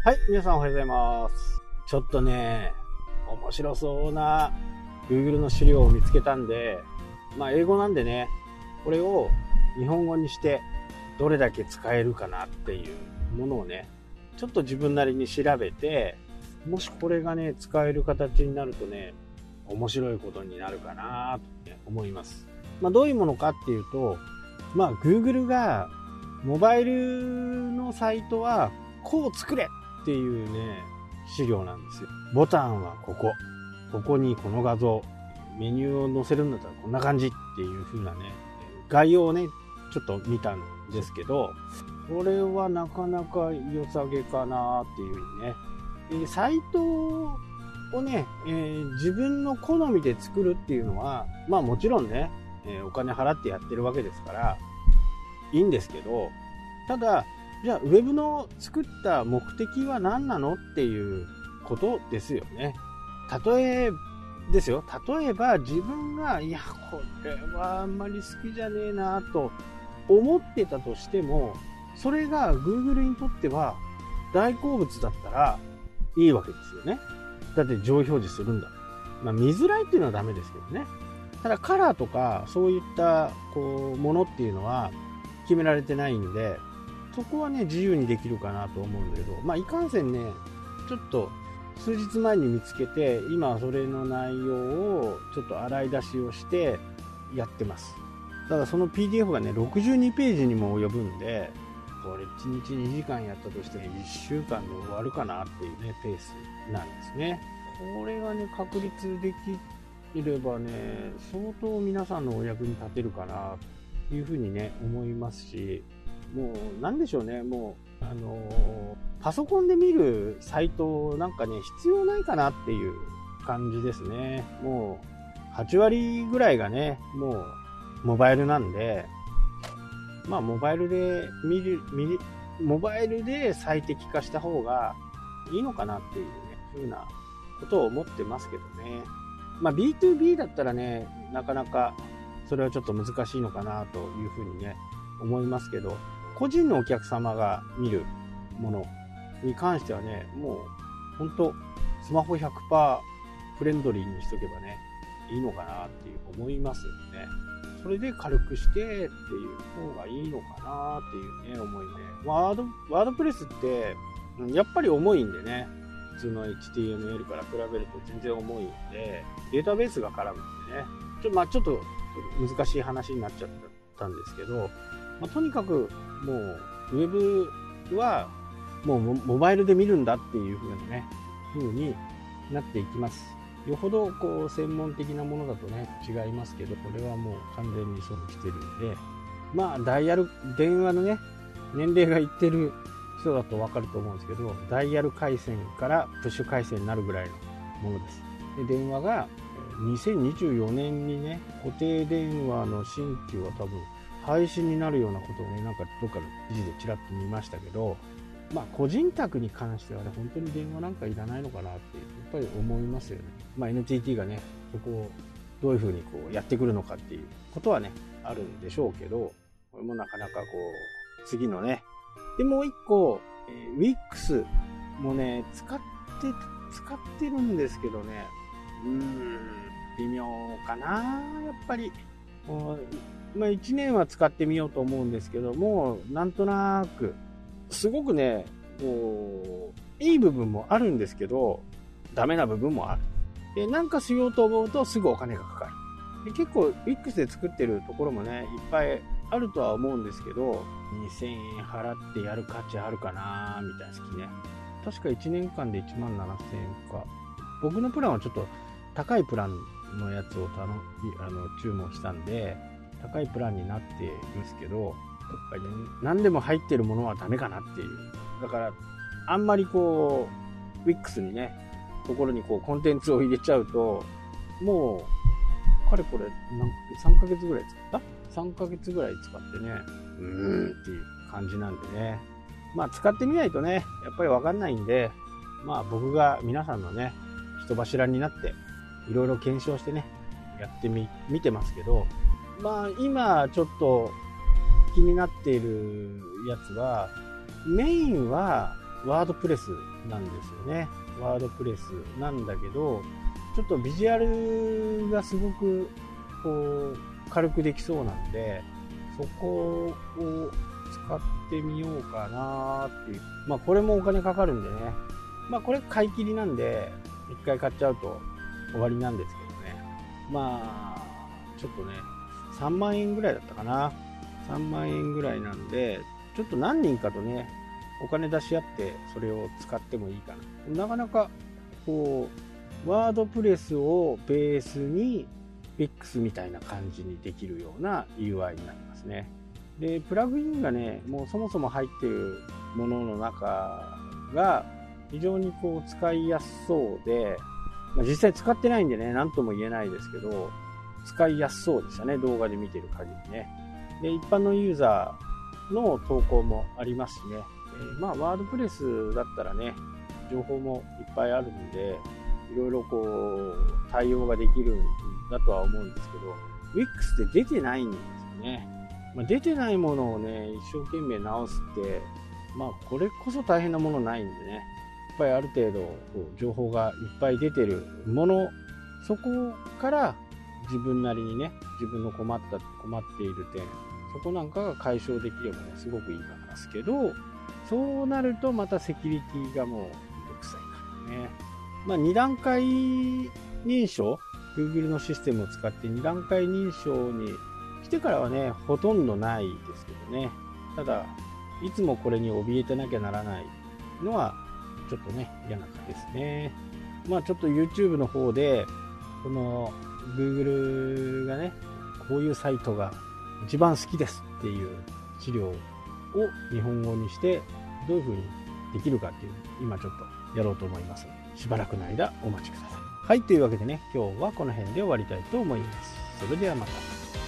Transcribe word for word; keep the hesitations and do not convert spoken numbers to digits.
はい、皆さんおはようございます。ちょっとね、面白そうな Google の資料を見つけたんで、まあ英語なんでね、これを日本語にしてどれだけ使えるかなっていうものをね、ちょっと自分なりに調べて、もしこれがね、使える形になるとね、面白いことになるかなと、ね、思います。まあどういうものかっていうと、まあ Google がモバイルのサイトはこう作れっていうね、資料なんですよ。ボタンはここ。ここにこの画像。メニューを載せるんだったらこんな感じっていう風なね、概要をね、ちょっと見たんですけど、これはなかなか良さげかなっていう風にね。サイトをね、えー、自分の好みで作るっていうのは、まあもちろんね、えー、お金払ってやってるわけですから、いいんですけど、ただ、じゃあウェブの作った目的は何なのっていうことですよね。例えですよ。例えば自分がいやこれはあんまり好きじゃねえなと思ってたとしても、それが Google にとっては大好物だったらいいわけですよね。だって上表示するんだ。まあ見づらいっていうのはダメですけどね。ただカラーとかそういったこうものっていうのは決められてないんで。そこはね、自由にできるかなと思うんだけど、まあ、いかんせんね、ちょっと数日前に見つけて、今はそれの内容をちょっと洗い出しをしてやってます。ただその ピーディーエフ がね、ろくじゅうにページにも及ぶんで、これいちにちにじかんやったとしていっしゅうかんで終わるかなっていうね、ペースなんですね。これがね、確立できればね、相当皆さんのお役に立てるかなというふうにね、思いますし、もう、なんでしょうね、もう、あのー、パソコンで見るサイトなんかね、必要ないかなっていう感じですね。もう、はちわりぐらいがね、もう、モバイルなんで、まあ、モバイルで見る、見る、モバイルで最適化した方がいいのかなっていうね、ふうなことを思ってますけどね。まあ、ビーツービー だったらね、なかなか、それはちょっと難しいのかなというふうにね、思いますけど、個人のお客様が見るものに関してはね、もう本当スマホ ひゃくパーセント フレンドリーにしとけばね、いいのかなっていう思いますよね。それで軽くしてっていう方がいいのかなっていうね、思いね。ワード、ワードプレスってやっぱり重いんでね、普通の エイチティーエムエル から比べると全然重いんで、データベースが絡むんでね、ちょ、まあ、ちょっと難しい話になっちゃったんですけど、まあ、とにかくもうウェブはもうモバイルで見るんだっていう風なね風になっていきます。よほどこう専門的なものだとね違いますけど、これはもう完全にそうしてるんで、まあダイヤル電話のね年齢がいってる人だと分かると思うんですけど、ダイヤル回線からプッシュ回線になるぐらいのものです。で電話がにせんにじゅうよねんにね固定電話の新規は多分廃止になるようなことをね、なんかどっかの記事でちらっと見ましたけど、まあ個人宅に関してはね、本当に電話なんかいらないのかなってやっぱり思いますよね。まあ エヌティーティー がね、そこをどういうふうにこうやってくるのかっていうことはね、あるんでしょうけど、これもなかなかこう、次のね。で、もう一個、えー、ウィックス もね、使って、使ってるんですけどね、うーん、微妙かな、やっぱり。もうまあ、いちねんは使ってみようと思うんですけども、なんとなく、すごくね、こう、いい部分もあるんですけど、ダメな部分もある。で、なんかしようと思うとすぐお金がかかる。で、結構、ウィックス で作ってるところもね、いっぱいあるとは思うんですけど、にせんえん払ってやる価値あるかなみたいな好きね。確かいちねんかんでいちまんななせんえんか。僕のプランはちょっと高いプランのやつを頼あの注文したんで、高いプランになっていますけど、やっぱりね、何でも入ってるものはダメかなっていう。だから、あんまりこう、ウィックス にね、ところにこう、コンテンツを入れちゃうと、もう、かれこれ、さんかげつぐらい使った ?さん ヶ月ぐらい使ってね、うーんっていう感じなんでね。まあ、使ってみないとね、やっぱりわかんないんで、まあ、僕が皆さんのね、人柱になって、いろいろ検証してね、やってみ、見てますけど、まあ今ちょっと気になっているやつは、メインはワードプレスなんですよね。ワードプレスなんだけど、ちょっとビジュアルがすごくこう軽くできそうなんで、そこを使ってみようかなっていう。まあこれもお金かかるんでね。まあこれ買い切りなんで、一回買っちゃうと終わりなんですけどね。まあちょっとね、さんまんえんぐらいだったかな。さんまんえんぐらいなんで、ちょっと何人かとね、お金出し合ってそれを使ってもいいかな。なかなかこうワードプレスをベースに ビックス みたいな感じにできるような ユーアイ になりますね。でプラグインがね、もうそもそも入ってるものの中が非常にこう使いやすそうで、まあ、実際使ってないんでね、何とも言えないですけど、使いやすそうでしたね、動画で見てる限りね。で一般のユーザーの投稿もありますしね、えー、まあワードプレスだったらね、情報もいっぱいあるんで、いろいろこう対応ができるんだとは思うんですけど、ウィックス って出てないんですよね。まあ、出てないものをね、一生懸命直すって、まあこれこそ大変なものないんでね、やっぱりある程度こう情報がいっぱい出てるもの、そこから自分なりにね、自分の困った困っている点、そこなんかが解消できればね、すごくいいかなですけど、そうなるとまたセキュリティがもうめんどくさいからね。まあに段階認証、Google のシステムを使ってに段階認証に来てからはね、ほとんどないですけどね。ただ、いつもこれに怯えてなきゃならないのは、ちょっとね、嫌な感じですね。まあちょっと YouTube の方で、この Google がね、こういうサイトが一番好きですっていう資料を日本語にしてどういう風にできるかっていうのを今ちょっとやろうと思いますので、しばらくの間お待ちください。はい、というわけでね、今日はこの辺で終わりたいと思います。それではまた。